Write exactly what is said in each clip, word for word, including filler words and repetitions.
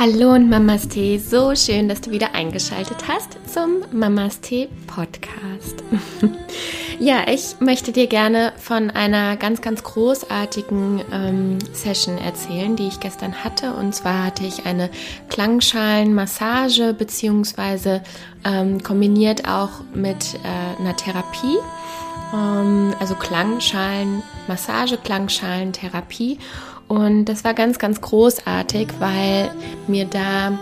Hallo und Mamas Tee, so schön, dass du wieder eingeschaltet hast zum Mamas Tee Podcast. Ja, ich möchte dir gerne von einer ganz, ganz großartigen ähm, Session erzählen, die ich gestern hatte. Und zwar hatte ich eine Klangschalenmassage beziehungsweise ähm, kombiniert auch mit äh, einer Therapie. Ähm, also Klangschalenmassage, Klangschalentherapie. Und das war ganz, ganz großartig, weil mir da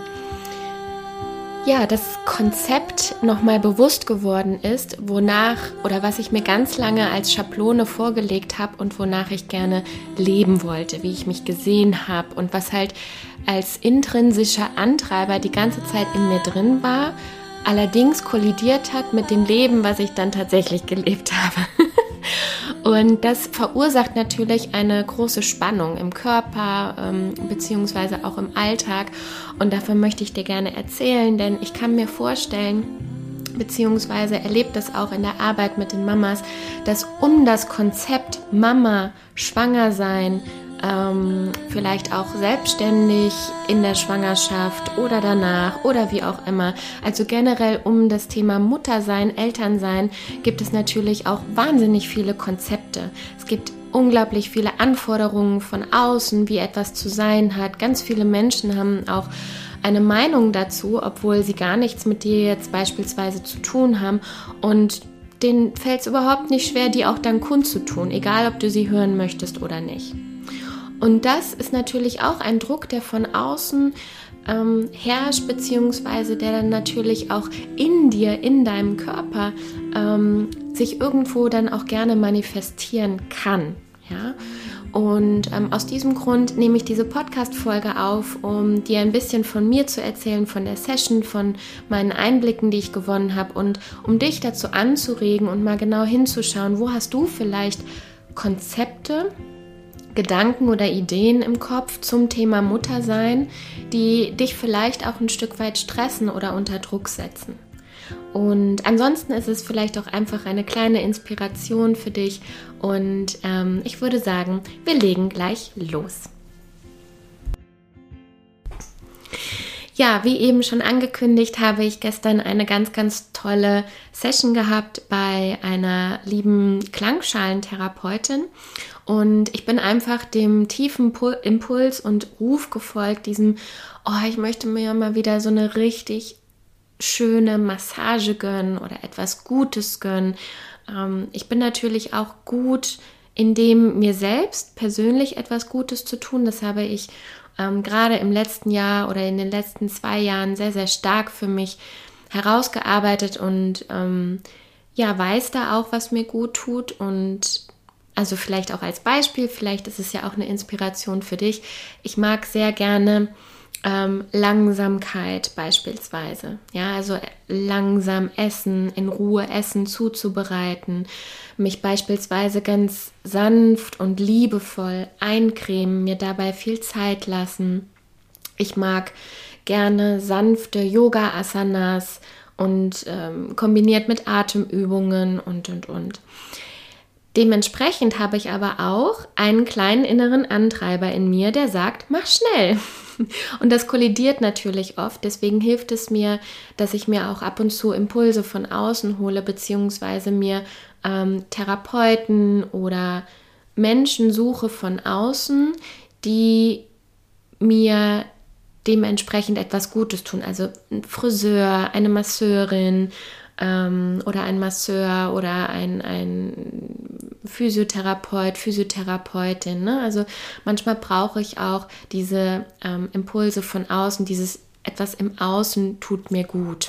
ja das Konzept nochmal bewusst geworden ist, wonach oder was ich mir ganz lange als Schablone vorgelegt habe und wonach ich gerne leben wollte, wie ich mich gesehen habe und was halt als intrinsischer Antreiber die ganze Zeit in mir drin war, allerdings kollidiert hat mit dem Leben, was ich dann tatsächlich gelebt habe. Und das verursacht natürlich eine große Spannung im Körper ähm, beziehungsweise auch im Alltag. Und davon möchte ich dir gerne erzählen, denn ich kann mir vorstellen, beziehungsweise erlebt das auch in der Arbeit mit den Mamas, dass um das Konzept Mama, schwanger sein, ähm, vielleicht auch selbstständig in der Schwangerschaft oder danach oder wie auch immer, also generell um das Thema Muttersein, Elternsein, gibt es natürlich auch wahnsinnig viele Konzepte. Es gibt unglaublich viele Anforderungen von außen, wie etwas zu sein hat. Ganz viele Menschen haben auch eine Meinung dazu, obwohl sie gar nichts mit dir jetzt beispielsweise zu tun haben, und denen fällt es überhaupt nicht schwer, die auch dann kundzutun, egal ob du sie hören möchtest oder nicht. Und das ist natürlich auch ein Druck, der von außen ähm, herrscht, beziehungsweise der dann natürlich auch in dir, in deinem Körper ähm, sich irgendwo dann auch gerne manifestieren kann. Ja? Und ähm, aus diesem Grund nehme ich diese Podcast-Folge auf, um dir ein bisschen von mir zu erzählen, von der Session, von meinen Einblicken, die ich gewonnen habe, und um dich dazu anzuregen und mal genau hinzuschauen, wo hast du vielleicht Konzepte, Gedanken oder Ideen im Kopf zum Thema Muttersein, die dich vielleicht auch ein Stück weit stressen oder unter Druck setzen. Und ansonsten ist es vielleicht auch einfach eine kleine Inspiration für dich, und ähm, ich würde sagen, wir legen gleich los. Ja, wie eben schon angekündigt, habe ich gestern eine ganz, ganz tolle Session gehabt bei einer lieben Klangschalentherapeutin. Und ich bin einfach dem tiefen Impuls und Ruf gefolgt, diesem, oh, ich möchte mir mal wieder so eine richtig schöne Massage gönnen oder etwas Gutes gönnen. Ähm, ich bin natürlich auch gut in dem, mir selbst persönlich etwas Gutes zu tun. Das habe ich ähm, gerade im letzten Jahr oder in den letzten zwei Jahren sehr, sehr stark für mich herausgearbeitet und ähm, ja, weiß da auch, was mir gut tut. Und also vielleicht auch als Beispiel, vielleicht ist es ja auch eine Inspiration für dich. Ich mag sehr gerne ähm, Langsamkeit beispielsweise. Ja, also langsam essen, in Ruhe essen zuzubereiten, mich beispielsweise ganz sanft und liebevoll eincremen, mir dabei viel Zeit lassen. Ich mag gerne sanfte Yoga-Asanas und ähm, kombiniert mit Atemübungen und, und, und. Dementsprechend habe ich aber auch einen kleinen inneren Antreiber in mir, der sagt, mach schnell. Und das kollidiert natürlich oft. Deswegen hilft es mir, dass ich mir auch ab und zu Impulse von außen hole, beziehungsweise mir ähm, Therapeuten oder Menschen suche von außen, die mir dementsprechend etwas Gutes tun. Also ein Friseur, eine Masseurin, oder ein Masseur oder ein, ein Physiotherapeut, Physiotherapeutin. Ne? Also manchmal brauche ich auch diese ähm, Impulse von außen, dieses etwas im Außen tut mir gut.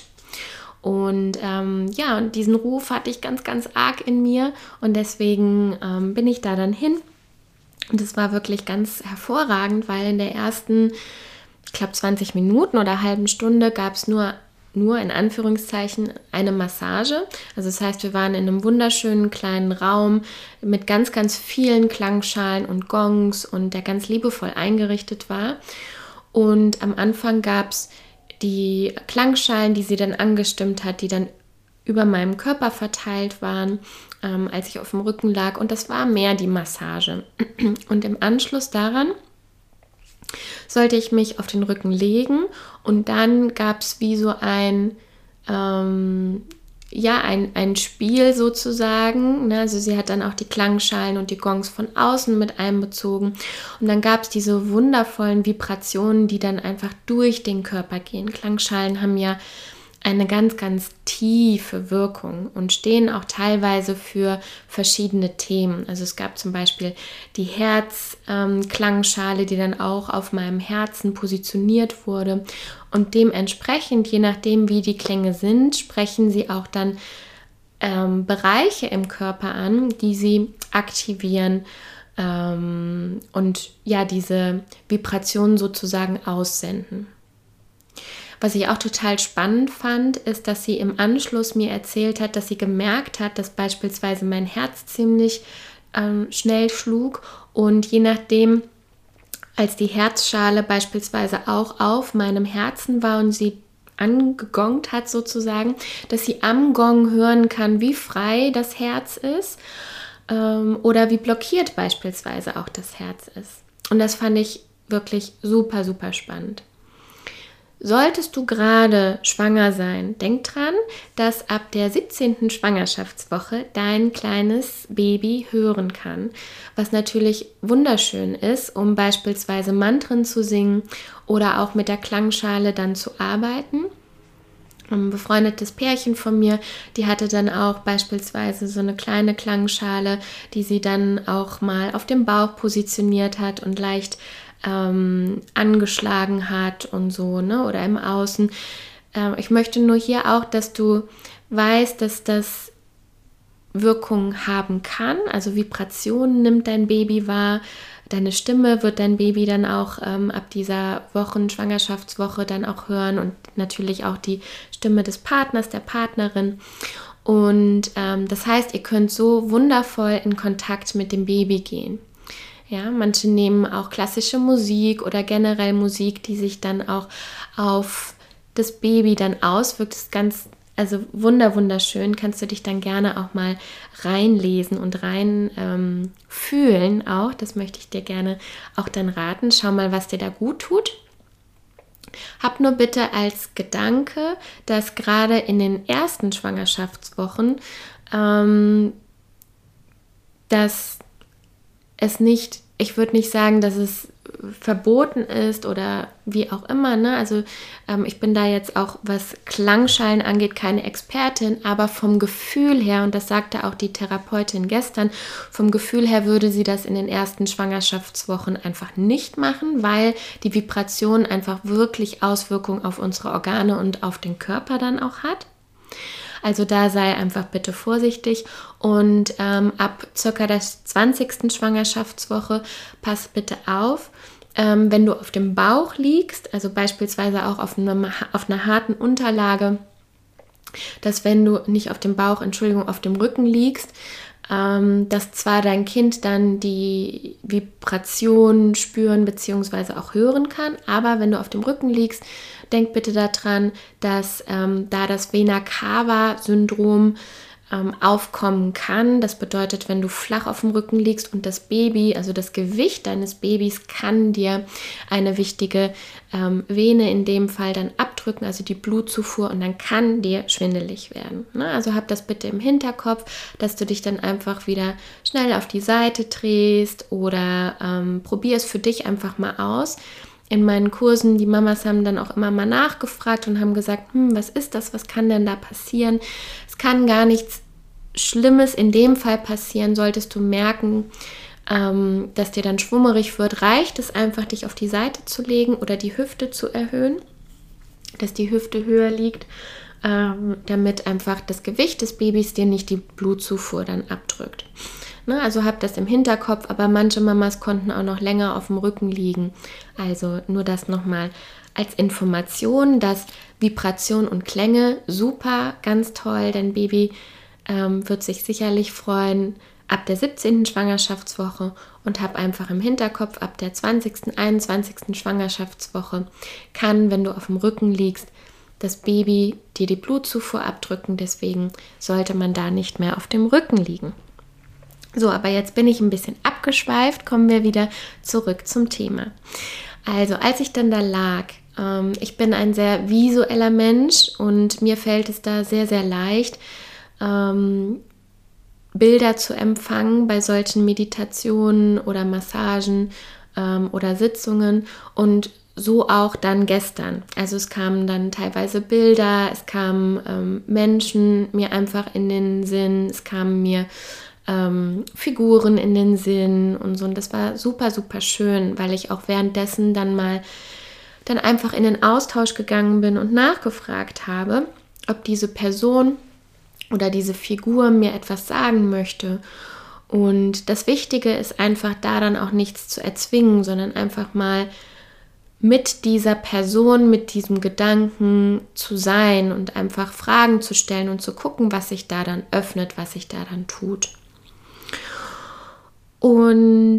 Und ähm, ja, und diesen Ruf hatte ich ganz, ganz arg in mir, und deswegen ähm, bin ich da dann hin. Und es war wirklich ganz hervorragend, weil in der ersten, ich glaube zwanzig Minuten oder halben Stunde gab es nur nur in Anführungszeichen eine Massage. Also das heißt, wir waren in einem wunderschönen kleinen Raum mit ganz, ganz vielen Klangschalen und Gongs und der ganz liebevoll eingerichtet war. Und am Anfang gab es die Klangschalen, die sie dann angestimmt hat, die dann über meinem Körper verteilt waren, ähm, als ich auf dem Rücken lag. Und das war mehr die Massage. Und im Anschluss daran sollte ich mich auf den Rücken legen und dann gab es wie so ein, ähm, ja, ein, ein Spiel sozusagen. Ne? Also sie hat dann auch die Klangschalen und die Gongs von außen mit einbezogen. Und dann gab es diese wundervollen Vibrationen, die dann einfach durch den Körper gehen. Klangschalen haben ja eine ganz, ganz tiefe Wirkung und stehen auch teilweise für verschiedene Themen. Also es gab zum Beispiel die Herzklangschale, ähm, die dann auch auf meinem Herzen positioniert wurde. Und dementsprechend, je nachdem wie die Klänge sind, sprechen sie auch dann ähm, Bereiche im Körper an, die sie aktivieren ähm, und ja, diese Vibrationen sozusagen aussenden. Was ich auch total spannend fand, ist, dass sie im Anschluss mir erzählt hat, dass sie gemerkt hat, dass beispielsweise mein Herz ziemlich ähm, schnell schlug und je nachdem, als die Herzschale beispielsweise auch auf meinem Herzen war und sie angegongt hat sozusagen, dass sie am Gong hören kann, wie frei das Herz ist ähm, oder wie blockiert beispielsweise auch das Herz ist. Und das fand ich wirklich super, super spannend. Solltest du gerade schwanger sein, denk dran, dass ab der siebzehnten Schwangerschaftswoche dein kleines Baby hören kann, was natürlich wunderschön ist, um beispielsweise Mantren zu singen oder auch mit der Klangschale dann zu arbeiten. Ein befreundetes Pärchen von mir, die hatte dann auch beispielsweise so eine kleine Klangschale, die sie dann auch mal auf dem Bauch positioniert hat und leicht Ähm, angeschlagen hat und so, ne, oder im Außen. Ähm, ich möchte nur hier auch, dass du weißt, dass das Wirkung haben kann, also Vibrationen nimmt dein Baby wahr, deine Stimme wird dein Baby dann auch ähm, ab dieser Wochen, Schwangerschaftswoche dann auch hören und natürlich auch die Stimme des Partners, der Partnerin. Und ähm, das heißt, ihr könnt so wundervoll in Kontakt mit dem Baby gehen. Ja, manche nehmen auch klassische Musik oder generell Musik, die sich dann auch auf das Baby dann auswirkt. Das ist ganz, also wunder, wunderschön. Kannst du dich dann gerne auch mal reinlesen und rein ähm, fühlen auch. Das möchte ich dir gerne auch dann raten. Schau mal, was dir da gut tut. Hab nur bitte als Gedanke, dass gerade in den ersten Schwangerschaftswochen ähm, dass es nicht, ich würde nicht sagen, dass es verboten ist oder wie auch immer, ne? Also ähm, ich bin da jetzt auch, was Klangschalen angeht, keine Expertin, aber vom Gefühl her, und das sagte auch die Therapeutin gestern, vom Gefühl her würde sie das in den ersten Schwangerschaftswochen einfach nicht machen, weil die Vibration einfach wirklich Auswirkungen auf unsere Organe und auf den Körper dann auch hat. Also da sei einfach bitte vorsichtig und ähm, ab circa der zwanzigsten Schwangerschaftswoche pass bitte auf, ähm, wenn du auf dem Bauch liegst, also beispielsweise auch auf, einem, auf einer harten Unterlage, dass wenn du nicht auf dem Bauch, Entschuldigung, auf dem Rücken liegst, ähm, dass zwar dein Kind dann die Vibration spüren bzw. auch hören kann, aber wenn du auf dem Rücken liegst, denk bitte daran, dass ähm, da das Vena-Cava-Syndrom ähm, aufkommen kann. Das bedeutet, wenn du flach auf dem Rücken liegst und das Baby, also das Gewicht deines Babys, kann dir eine wichtige ähm, Vene in dem Fall dann abdrücken, also die Blutzufuhr, und dann kann dir schwindelig werden. Ne? Also hab das bitte im Hinterkopf, dass du dich dann einfach wieder schnell auf die Seite drehst oder ähm, probier es für dich einfach mal aus. In meinen Kursen, die Mamas haben dann auch immer mal nachgefragt und haben gesagt, hm, was ist das, was kann denn da passieren? Es kann gar nichts Schlimmes in dem Fall passieren, solltest du merken, ähm, dass dir dann schwummerig wird, reicht es einfach, dich auf die Seite zu legen oder die Hüfte zu erhöhen, dass die Hüfte höher liegt, ähm, damit einfach das Gewicht des Babys dir nicht die Blutzufuhr dann abdrückt. Ne, also habt das im Hinterkopf, aber manche Mamas konnten auch noch länger auf dem Rücken liegen. Also nur das nochmal als Information, dass Vibration und Klänge super, ganz toll, dein Baby ähm, wird sich sicherlich freuen ab der siebzehnten Schwangerschaftswoche und hab einfach im Hinterkopf, ab der zwanzigsten, einundzwanzigsten Schwangerschaftswoche kann, wenn du auf dem Rücken liegst, das Baby dir die Blutzufuhr abdrücken, deswegen sollte man da nicht mehr auf dem Rücken liegen. So, aber jetzt bin ich ein bisschen abgeschweift, kommen wir wieder zurück zum Thema. Also, als ich dann da lag, ähm, ich bin ein sehr visueller Mensch und mir fällt es da sehr, sehr leicht, ähm, Bilder zu empfangen bei solchen Meditationen oder Massagen ähm, oder Sitzungen und so auch dann gestern. Also es kamen dann teilweise Bilder, es kamen ähm, Menschen mir einfach in den Sinn, es kamen mir ähm, Figuren in den Sinn und so. Und das war super, super schön, weil ich auch währenddessen dann mal dann einfach in den Austausch gegangen bin und nachgefragt habe, ob diese Person oder diese Figur mir etwas sagen möchte. Und das Wichtige ist einfach, da dann auch nichts zu erzwingen, sondern einfach mal mit dieser Person, mit diesem Gedanken zu sein und einfach Fragen zu stellen und zu gucken, was sich da dann öffnet, was sich da dann tut. Und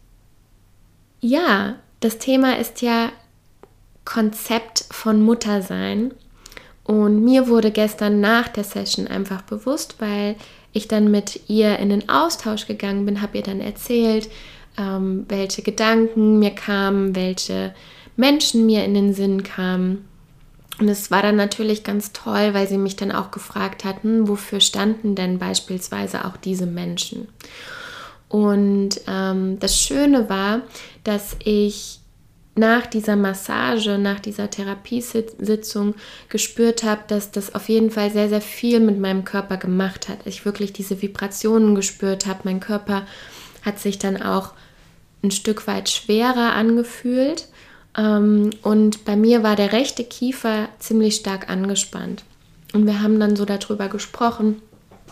ja, das Thema ist ja Konzept von Muttersein. Und mir wurde gestern nach der Session einfach bewusst, weil ich dann mit ihr in den Austausch gegangen bin, habe ihr dann erzählt, ähm, welche Gedanken mir kamen, welche Menschen mir in den Sinn kamen. Und es war dann natürlich ganz toll, weil sie mich dann auch gefragt hatten, wofür standen denn beispielsweise auch diese Menschen. Und ähm, das Schöne war, dass ich nach dieser Massage, nach dieser Therapiesitzung gespürt habe, dass das auf jeden Fall sehr, sehr viel mit meinem Körper gemacht hat. Ich wirklich diese Vibrationen gespürt habe. Mein Körper hat sich dann auch ein Stück weit schwerer angefühlt. Und bei mir war der rechte Kiefer ziemlich stark angespannt. Und wir haben dann so darüber gesprochen.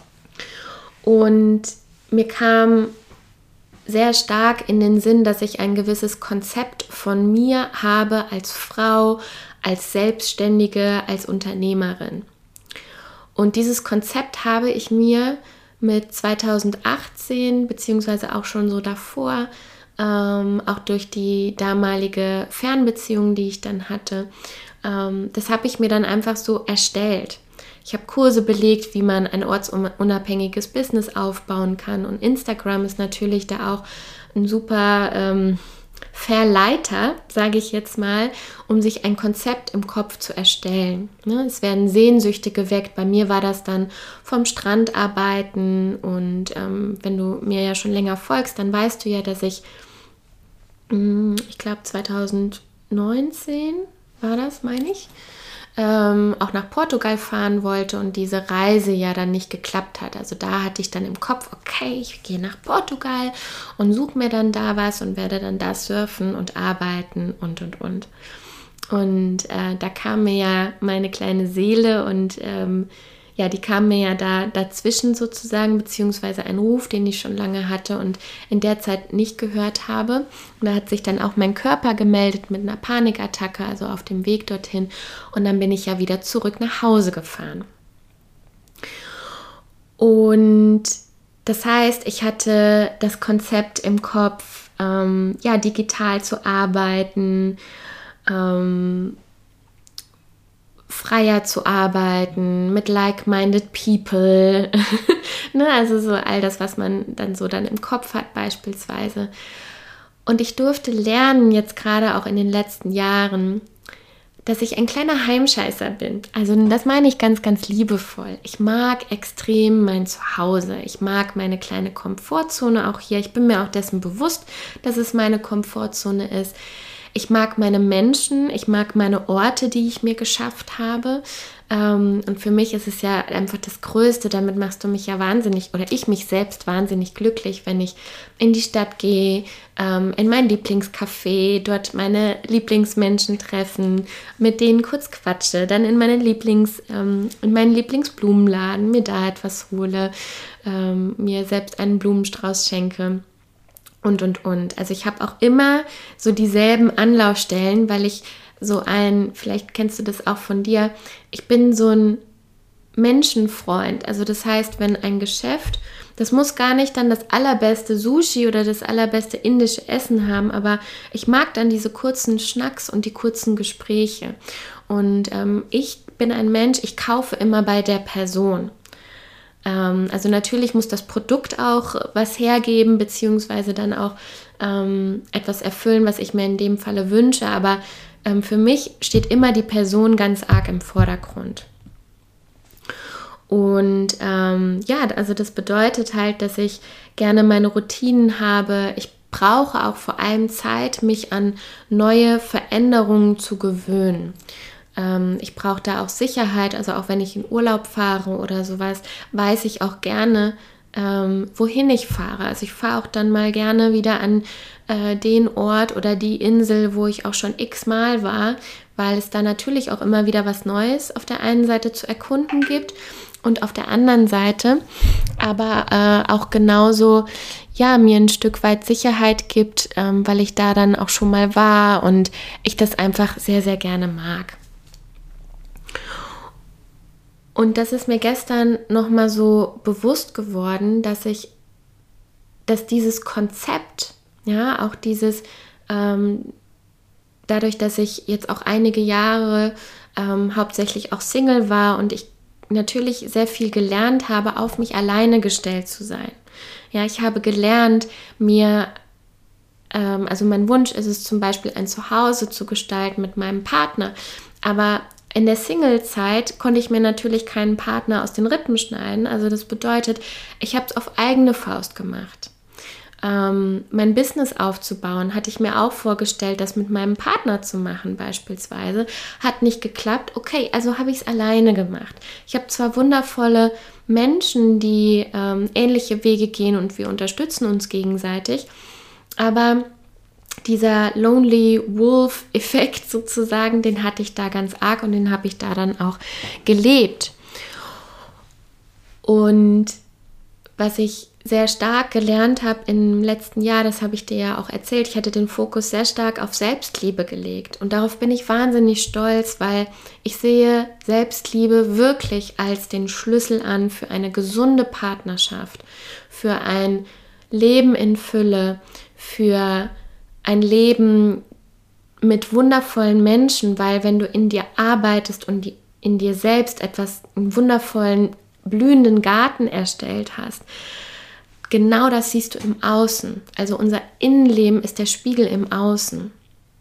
Und mir kam sehr stark in den Sinn, dass ich ein gewisses Konzept von mir habe als Frau, als Selbstständige, als Unternehmerin. Und dieses Konzept habe ich mir mit zweitausendachtzehn, beziehungsweise auch schon so davor, ähm, auch durch die damalige Fernbeziehung, die ich dann hatte, ähm, das habe ich mir dann einfach so erstellt. Ich habe Kurse belegt, wie man ein ortsunabhängiges Business aufbauen kann. Und Instagram ist natürlich da auch ein super ähm, Verleiter, sage ich jetzt mal, um sich ein Konzept im Kopf zu erstellen. Ne? Es werden Sehnsüchte geweckt. Bei mir war das dann vom Strand arbeiten. Und ähm, wenn du mir ja schon länger folgst, dann weißt du ja, dass ich, mh, ich glaube zweitausendneunzehn war das, meine ich, Ähm, auch nach Portugal fahren wollte und diese Reise ja dann nicht geklappt hat. Also da hatte ich dann im Kopf, okay, ich gehe nach Portugal und suche mir dann da was und werde dann da surfen und arbeiten und, und, und. Und äh, da kam mir ja meine kleine Seele und ähm, ja, die kam mir ja da dazwischen sozusagen, beziehungsweise ein Ruf, den ich schon lange hatte und in der Zeit nicht gehört habe. Und da hat sich dann auch mein Körper gemeldet mit einer Panikattacke, also auf dem Weg dorthin. Und dann bin ich ja wieder zurück nach Hause gefahren. Und das heißt, ich hatte das Konzept im Kopf, ähm, ja, digital zu arbeiten, ähm, freier zu arbeiten, mit like-minded people, ne, also so all das, was man dann so dann im Kopf hat beispielsweise. Und ich durfte lernen, jetzt gerade auch in den letzten Jahren, dass ich ein kleiner Heimscheißer bin. Also das meine ich ganz, ganz liebevoll. Ich mag extrem mein Zuhause. Ich mag meine kleine Komfortzone auch hier. Ich bin mir auch dessen bewusst, dass es meine Komfortzone ist. Ich mag meine Menschen, ich mag meine Orte, die ich mir geschafft habe. Ähm, und für mich ist es ja einfach das Größte. Damit machst du mich ja wahnsinnig, oder ich mich selbst wahnsinnig glücklich, wenn ich in die Stadt gehe, ähm, in mein Lieblingscafé, dort meine Lieblingsmenschen treffen, mit denen kurz quatsche, dann in, meine Lieblings, ähm, in meinen Lieblingsblumenladen, mir da etwas hole, ähm, mir selbst einen Blumenstrauß schenke. Und, und, und. Also ich habe auch immer so dieselben Anlaufstellen, weil ich so ein, vielleicht kennst du das auch von dir, ich bin so ein Menschenfreund. Also das heißt, wenn ein Geschäft, das muss gar nicht dann das allerbeste Sushi oder das allerbeste indische Essen haben, aber ich mag dann diese kurzen Schnacks und die kurzen Gespräche. Und ähm, ich bin ein Mensch, ich kaufe immer bei der Person. Ähm, also natürlich muss das Produkt auch was hergeben, beziehungsweise dann auch ähm, etwas erfüllen, was ich mir in dem Falle wünsche. Aber ähm, für mich steht immer die Person ganz arg im Vordergrund. Und ähm, ja, also das bedeutet halt, dass ich gerne meine Routinen habe. Ich brauche auch vor allem Zeit, mich an neue Veränderungen zu gewöhnen. Ähm, ich brauche da auch Sicherheit, also auch wenn ich in Urlaub fahre oder sowas, weiß ich auch gerne, ähm, wohin ich fahre. Also ich fahre auch dann mal gerne wieder an äh, den Ort oder die Insel, wo ich auch schon x-mal war, weil es da natürlich auch immer wieder was Neues auf der einen Seite zu erkunden gibt und auf der anderen Seite aber äh, auch genauso, ja, mir ein Stück weit Sicherheit gibt, ähm, weil ich da dann auch schon mal war und ich das einfach sehr, sehr gerne mag. Und das ist mir gestern nochmal so bewusst geworden, dass ich, dass dieses Konzept, ja, auch dieses, ähm, dadurch, dass ich jetzt auch einige Jahre ähm, hauptsächlich auch Single war und ich natürlich sehr viel gelernt habe, auf mich alleine gestellt zu sein. Ja, ich habe gelernt, mir, ähm, also mein Wunsch ist es zum Beispiel, ein Zuhause zu gestalten mit meinem Partner, aber in der Single-Zeit konnte ich mir natürlich keinen Partner aus den Rippen schneiden, also das bedeutet, ich habe es auf eigene Faust gemacht. Ähm, mein Business aufzubauen, hatte ich mir auch vorgestellt, das mit meinem Partner zu machen beispielsweise, hat nicht geklappt. Okay, also habe ich es alleine gemacht. Ich habe zwar wundervolle Menschen, die ähm, ähnliche Wege gehen und wir unterstützen uns gegenseitig, aber dieser Lonely Wolf-Effekt sozusagen, den hatte ich da ganz arg und den habe ich da dann auch gelebt. Und was ich sehr stark gelernt habe im letzten Jahr, das habe ich dir ja auch erzählt, ich hatte den Fokus sehr stark auf Selbstliebe gelegt und darauf bin ich wahnsinnig stolz, weil ich sehe Selbstliebe wirklich als den Schlüssel an für eine gesunde Partnerschaft, für ein Leben in Fülle, für ein Leben mit wundervollen Menschen, weil wenn du in dir arbeitest und in dir selbst etwas, einen wundervollen, blühenden Garten erstellt hast, genau das siehst du im Außen. Also unser Innenleben ist der Spiegel im Außen.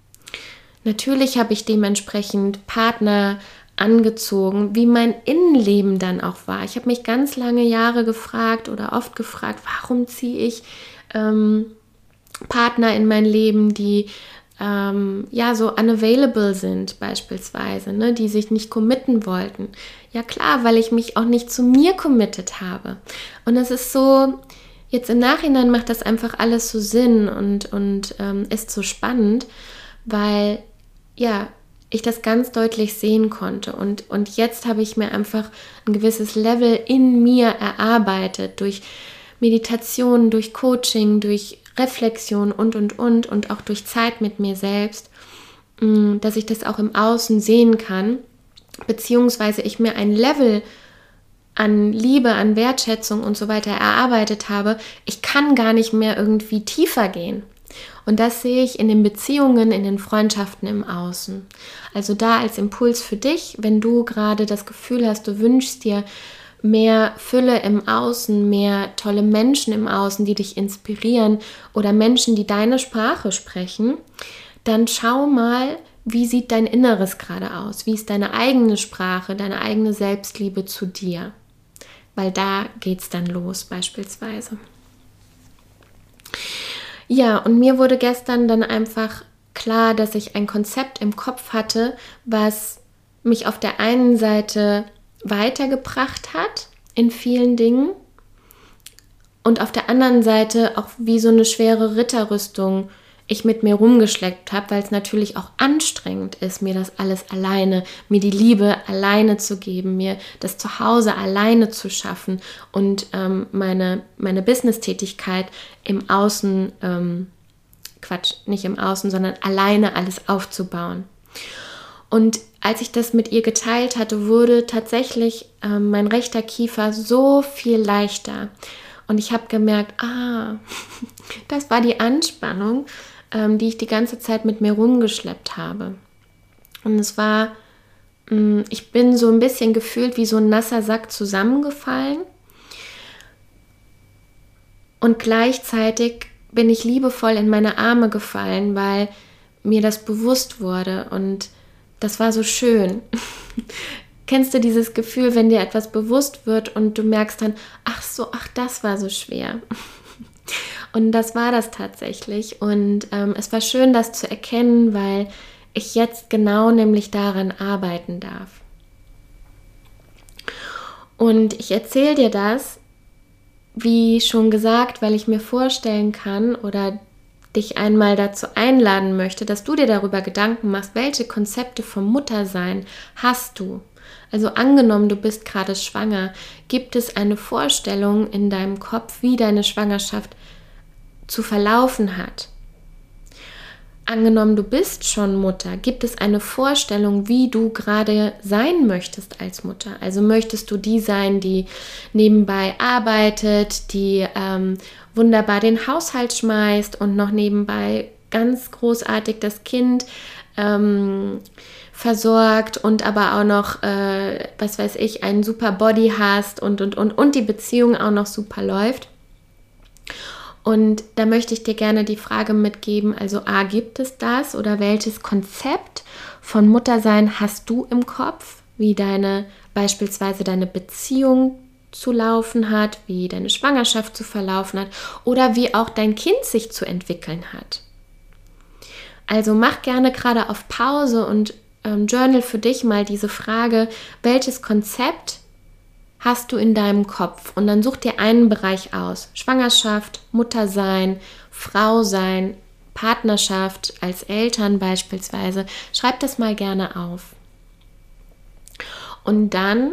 Natürlich habe ich dementsprechend Partner angezogen, wie mein Innenleben dann auch war. Ich habe mich ganz lange Jahre gefragt oder oft gefragt, warum ziehe ich ähm, Partner in mein Leben, die ähm, ja so unavailable sind beispielsweise, ne, die sich nicht committen wollten. Ja klar, weil ich mich auch nicht zu mir committed habe. Und es ist so, jetzt im Nachhinein macht das einfach alles so Sinn und, und ähm, ist so spannend, weil ja, ich das ganz deutlich sehen konnte. Und, und jetzt habe ich mir einfach ein gewisses Level in mir erarbeitet durch Meditation, durch Coaching, durch Reflexion und, und, und und auch durch Zeit mit mir selbst, dass ich das auch im Außen sehen kann, beziehungsweise ich mir ein Level an Liebe, an Wertschätzung und so weiter erarbeitet habe. Ich kann gar nicht mehr irgendwie tiefer gehen. Und das sehe ich in den Beziehungen, in den Freundschaften im Außen. Also da als Impuls für dich, wenn du gerade das Gefühl hast, du wünschst dir mehr Fülle im Außen, mehr tolle Menschen im Außen, die dich inspirieren oder Menschen, die deine Sprache sprechen, dann schau mal, wie sieht dein Inneres gerade aus? Wie ist deine eigene Sprache, deine eigene Selbstliebe zu dir? Weil da geht es dann los beispielsweise. Ja, und mir wurde gestern dann einfach klar, dass ich ein Konzept im Kopf hatte, was mich auf der einen Seite weitergebracht hat in vielen Dingen und auf der anderen Seite auch wie so eine schwere Ritterrüstung ich mit mir rumgeschleppt habe, weil es natürlich auch anstrengend ist, mir das alles alleine, mir die Liebe alleine zu geben, mir das Zuhause alleine zu schaffen und ähm, meine, meine Business-Tätigkeit im Außen, ähm, Quatsch, nicht im Außen, sondern alleine alles aufzubauen. Und als ich das mit ihr geteilt hatte, wurde tatsächlich ähm, mein rechter Kiefer so viel leichter. Und ich habe gemerkt, ah, das war die Anspannung, ähm, die ich die ganze Zeit mit mir rumgeschleppt habe. Und es war, mh, ich bin so ein bisschen gefühlt wie so ein nasser Sack zusammengefallen. Und gleichzeitig bin ich liebevoll in meine Arme gefallen, weil mir das bewusst wurde und das war so schön. Kennst du dieses Gefühl, wenn dir etwas bewusst wird und du merkst dann, ach so, ach das war so schwer. Und das war das tatsächlich und ähm, es war schön, das zu erkennen, weil ich jetzt genau nämlich daran arbeiten darf. Und ich erzähle dir das, wie schon gesagt, weil ich mir vorstellen kann oder dich einmal dazu einladen möchte, dass du dir darüber Gedanken machst, welche Konzepte vom Muttersein hast du. Also angenommen, du bist gerade schwanger, gibt es eine Vorstellung in deinem Kopf, wie deine Schwangerschaft zu verlaufen hat. Angenommen, du bist schon Mutter, gibt es eine Vorstellung, wie du gerade sein möchtest als Mutter. Also möchtest du die sein, die nebenbei arbeitet, die ähm, wunderbar den Haushalt schmeißt und noch nebenbei ganz großartig das Kind ähm, versorgt und aber auch noch, äh, was weiß ich, einen super Body hast und, und, und, und die Beziehung auch noch super läuft. Und da möchte ich dir gerne die Frage mitgeben, also A, gibt es das oder welches Konzept von Muttersein hast du im Kopf, wie deine, beispielsweise deine Beziehung zu laufen hat, wie deine Schwangerschaft zu verlaufen hat oder wie auch dein Kind sich zu entwickeln hat. Also mach gerne gerade auf Pause und ähm, journal für dich mal diese Frage, welches Konzept hast du in deinem Kopf? Und dann such dir einen Bereich aus. Schwangerschaft, Muttersein, Frau sein, Partnerschaft als Eltern beispielsweise. Schreib das mal gerne auf. Und dann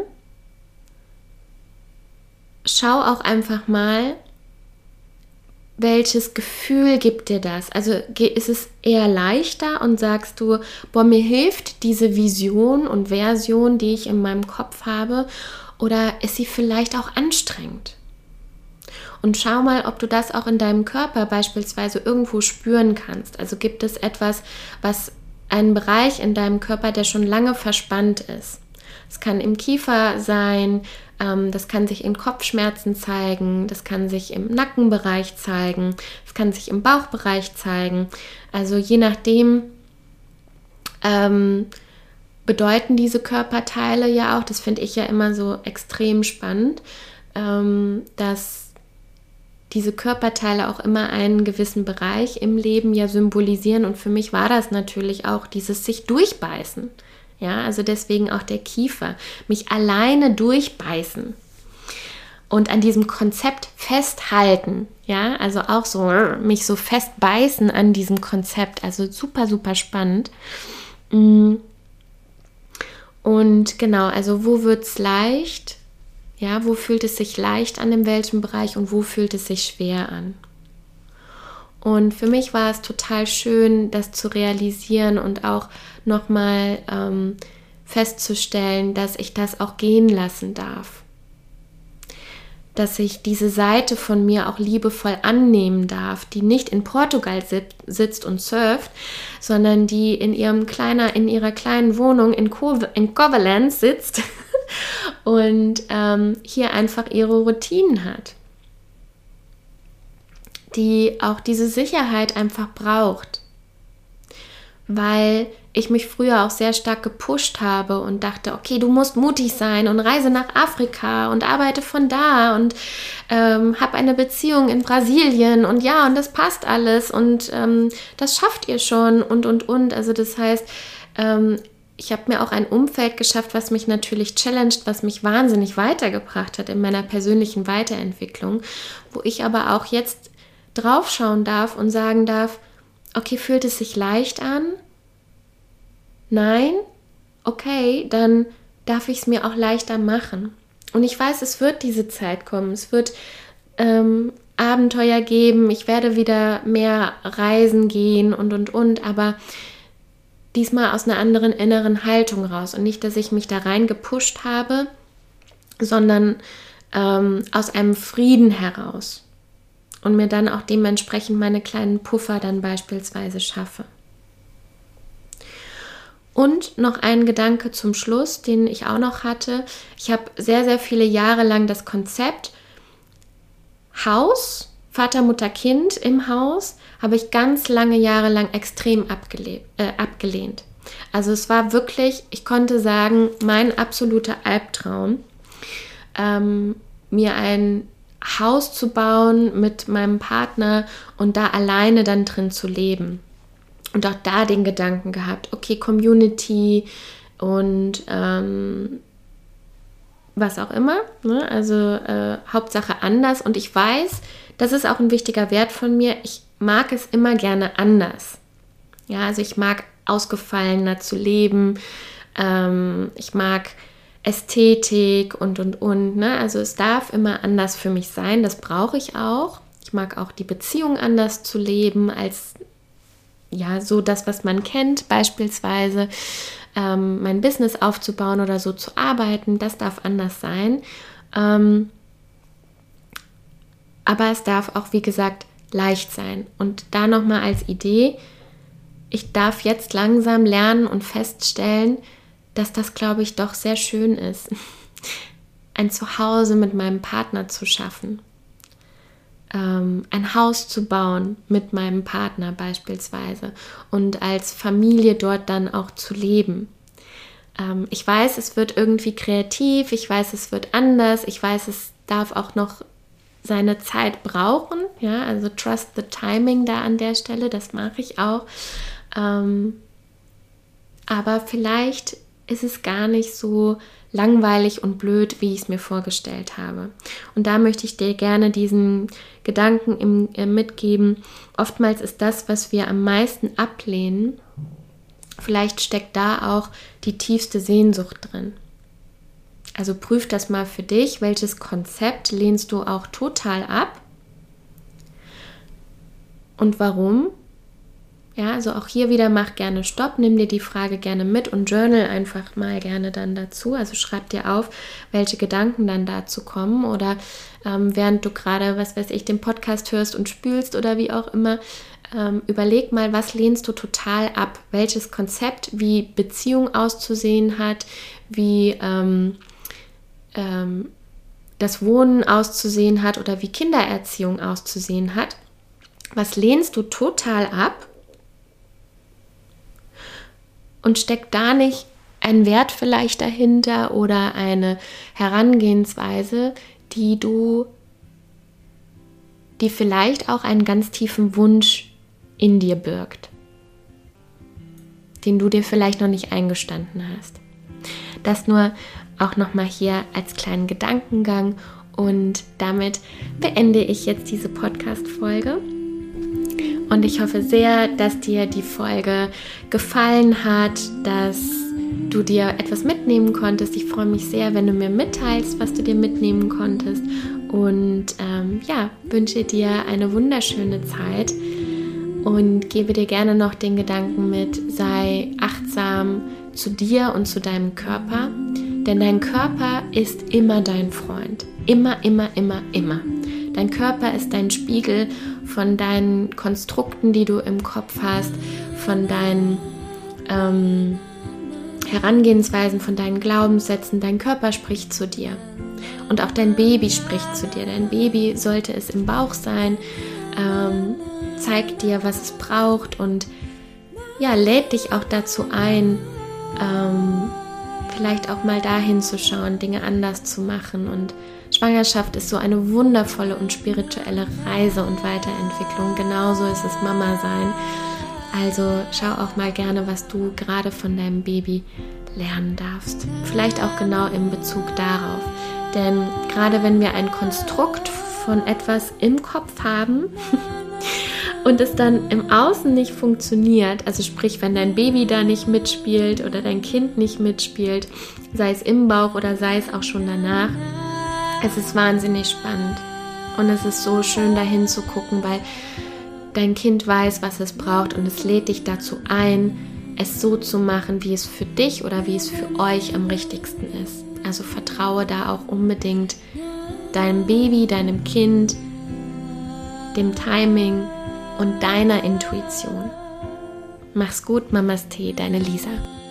schau auch einfach mal, welches Gefühl gibt dir das? Also ist es eher leichter und sagst du, boah, mir hilft diese Vision und Version, die ich in meinem Kopf habe, oder ist sie vielleicht auch anstrengend? Und schau mal, ob du das auch in deinem Körper beispielsweise irgendwo spüren kannst. Also gibt es etwas, was einen Bereich in deinem Körper, der schon lange verspannt ist. Es kann im Kiefer sein, ähm, das kann sich in Kopfschmerzen zeigen, das kann sich im Nackenbereich zeigen, es kann sich im Bauchbereich zeigen. Also je nachdem, ähm, bedeuten diese Körperteile ja auch, das finde ich ja immer so extrem spannend, ähm, dass diese Körperteile auch immer einen gewissen Bereich im Leben ja symbolisieren und für mich war das natürlich auch dieses sich durchbeißen. Ja, also deswegen auch der Kiefer, mich alleine durchbeißen und an diesem Konzept festhalten, ja, also auch so mich so festbeißen an diesem Konzept, also super, super spannend. Und genau, also wo wird es leicht? Ja, wo fühlt es sich leicht an, in welchem Bereich und wo fühlt es sich schwer an? Und für mich war es total schön, das zu realisieren und auch nochmal ähm, festzustellen, dass ich das auch gehen lassen darf. Dass ich diese Seite von mir auch liebevoll annehmen darf, die nicht in Portugal sit- sitzt und surft, sondern die in ihrem kleiner, in ihrer kleinen Wohnung in, Co- in Coverland sitzt und ähm, hier einfach ihre Routinen hat, die auch diese Sicherheit einfach braucht, weil ich mich früher auch sehr stark gepusht habe und dachte, okay, du musst mutig sein und reise nach Afrika und arbeite von da und ähm, habe eine Beziehung in Brasilien und ja, und das passt alles und ähm, das schafft ihr schon und, und, und. Also das heißt, ähm, ich habe mir auch ein Umfeld geschafft, was mich natürlich challenged, was mich wahnsinnig weitergebracht hat in meiner persönlichen Weiterentwicklung, wo ich aber auch jetzt draufschauen darf und sagen darf, okay, fühlt es sich leicht an? Nein? Okay, dann darf ich es mir auch leichter machen. Und ich weiß, es wird diese Zeit kommen. Es wird ähm, Abenteuer geben. Ich werde wieder mehr reisen gehen und, und, und. Aber diesmal aus einer anderen inneren Haltung raus. Und nicht, dass ich mich da rein gepusht habe, sondern ähm, aus einem Frieden heraus. Und mir dann auch dementsprechend meine kleinen Puffer dann beispielsweise schaffe. Und noch ein Gedanke zum Schluss, den ich auch noch hatte. Ich habe sehr, sehr viele Jahre lang das Konzept Haus Vater, Mutter, Kind im Haus habe ich ganz lange Jahre lang extrem abgele- äh, abgelehnt. Also es war wirklich, ich konnte sagen, mein absoluter Albtraum, ähm, mir ein Haus zu bauen mit meinem Partner und da alleine dann drin zu leben. Und auch da den Gedanken gehabt, okay, Community und ähm, was auch immer, ne? Also äh, Hauptsache anders. Und ich weiß, das ist auch ein wichtiger Wert von mir, ich mag es immer gerne anders. Ja, also ich mag ausgefallener zu leben, ähm, ich mag Ästhetik und, und, und. Ne? Also es darf immer anders für mich sein, das brauche ich auch. Ich mag auch die Beziehung anders zu leben, als ja so das, was man kennt, beispielsweise ähm, mein Business aufzubauen oder so zu arbeiten, das darf anders sein. Ähm, aber es darf auch, wie gesagt, leicht sein. Und da nochmal als Idee, ich darf jetzt langsam lernen und feststellen, dass das, glaube ich, doch sehr schön ist, ein Zuhause mit meinem Partner zu schaffen, ähm, ein Haus zu bauen mit meinem Partner beispielsweise und als Familie dort dann auch zu leben. Ähm, ich weiß, es wird irgendwie kreativ, ich weiß, es wird anders, ich weiß, es darf auch noch seine Zeit brauchen, ja, also trust the timing da an der Stelle, das mache ich auch. Ähm, aber vielleicht ist es gar nicht so langweilig und blöd, wie ich es mir vorgestellt habe. Und da möchte ich dir gerne diesen Gedanken im, äh, mitgeben. Oftmals ist das, was wir am meisten ablehnen, vielleicht steckt da auch die tiefste Sehnsucht drin. Also prüf das mal für dich, welches Konzept lehnst du auch total ab und warum? Ja, also auch hier wieder mach gerne Stopp, nimm dir die Frage gerne mit und journal einfach mal gerne dann dazu. Also schreib dir auf, welche Gedanken dann dazu kommen oder ähm, während du gerade, was weiß ich, den Podcast hörst und spülst oder wie auch immer, ähm, überleg mal, was lehnst du total ab? Welches Konzept, wie Beziehung auszusehen hat, wie ähm, ähm, das Wohnen auszusehen hat oder wie Kindererziehung auszusehen hat. Was lehnst du total ab? Und steckt da nicht ein Wert vielleicht dahinter oder eine Herangehensweise, die du, die vielleicht auch einen ganz tiefen Wunsch in dir birgt, den du dir vielleicht noch nicht eingestanden hast. Das nur auch nochmal hier als kleinen Gedankengang und damit beende ich jetzt diese Podcast-Folge. Und ich hoffe sehr, dass dir die Folge gefallen hat, dass du dir etwas mitnehmen konntest. Ich freue mich sehr, wenn du mir mitteilst, was du dir mitnehmen konntest. Und ähm, ja, wünsche dir eine wunderschöne Zeit und gebe dir gerne noch den Gedanken mit, sei achtsam zu dir und zu deinem Körper. Denn dein Körper ist immer dein Freund. Immer, immer, immer, immer. Dein Körper ist dein Spiegel von deinen Konstrukten, die du im Kopf hast, von deinen ähm, Herangehensweisen, von deinen Glaubenssätzen. Dein Körper spricht zu dir. Und auch dein Baby spricht zu dir. Dein Baby, sollte es im Bauch sein, ähm, zeigt dir, was es braucht und ja, lädt dich auch dazu ein, ähm, vielleicht auch mal dahin zu schauen, Dinge anders zu machen. Und Schwangerschaft ist so eine wundervolle und spirituelle Reise und Weiterentwicklung. Genauso ist es Mama sein. Also schau auch mal gerne, was du gerade von deinem Baby lernen darfst. Vielleicht auch genau in Bezug darauf. Denn gerade wenn wir ein Konstrukt von etwas im Kopf haben und es dann im Außen nicht funktioniert, also sprich, wenn dein Baby da nicht mitspielt oder dein Kind nicht mitspielt, sei es im Bauch oder sei es auch schon danach, es ist wahnsinnig spannend und es ist so schön dahin zu gucken, weil dein Kind weiß, was es braucht und es lädt dich dazu ein, es so zu machen, wie es für dich oder wie es für euch am richtigsten ist. Also vertraue da auch unbedingt deinem Baby, deinem Kind, dem Timing und deiner Intuition. Mach's gut, Mamas Tee, deine Lisa.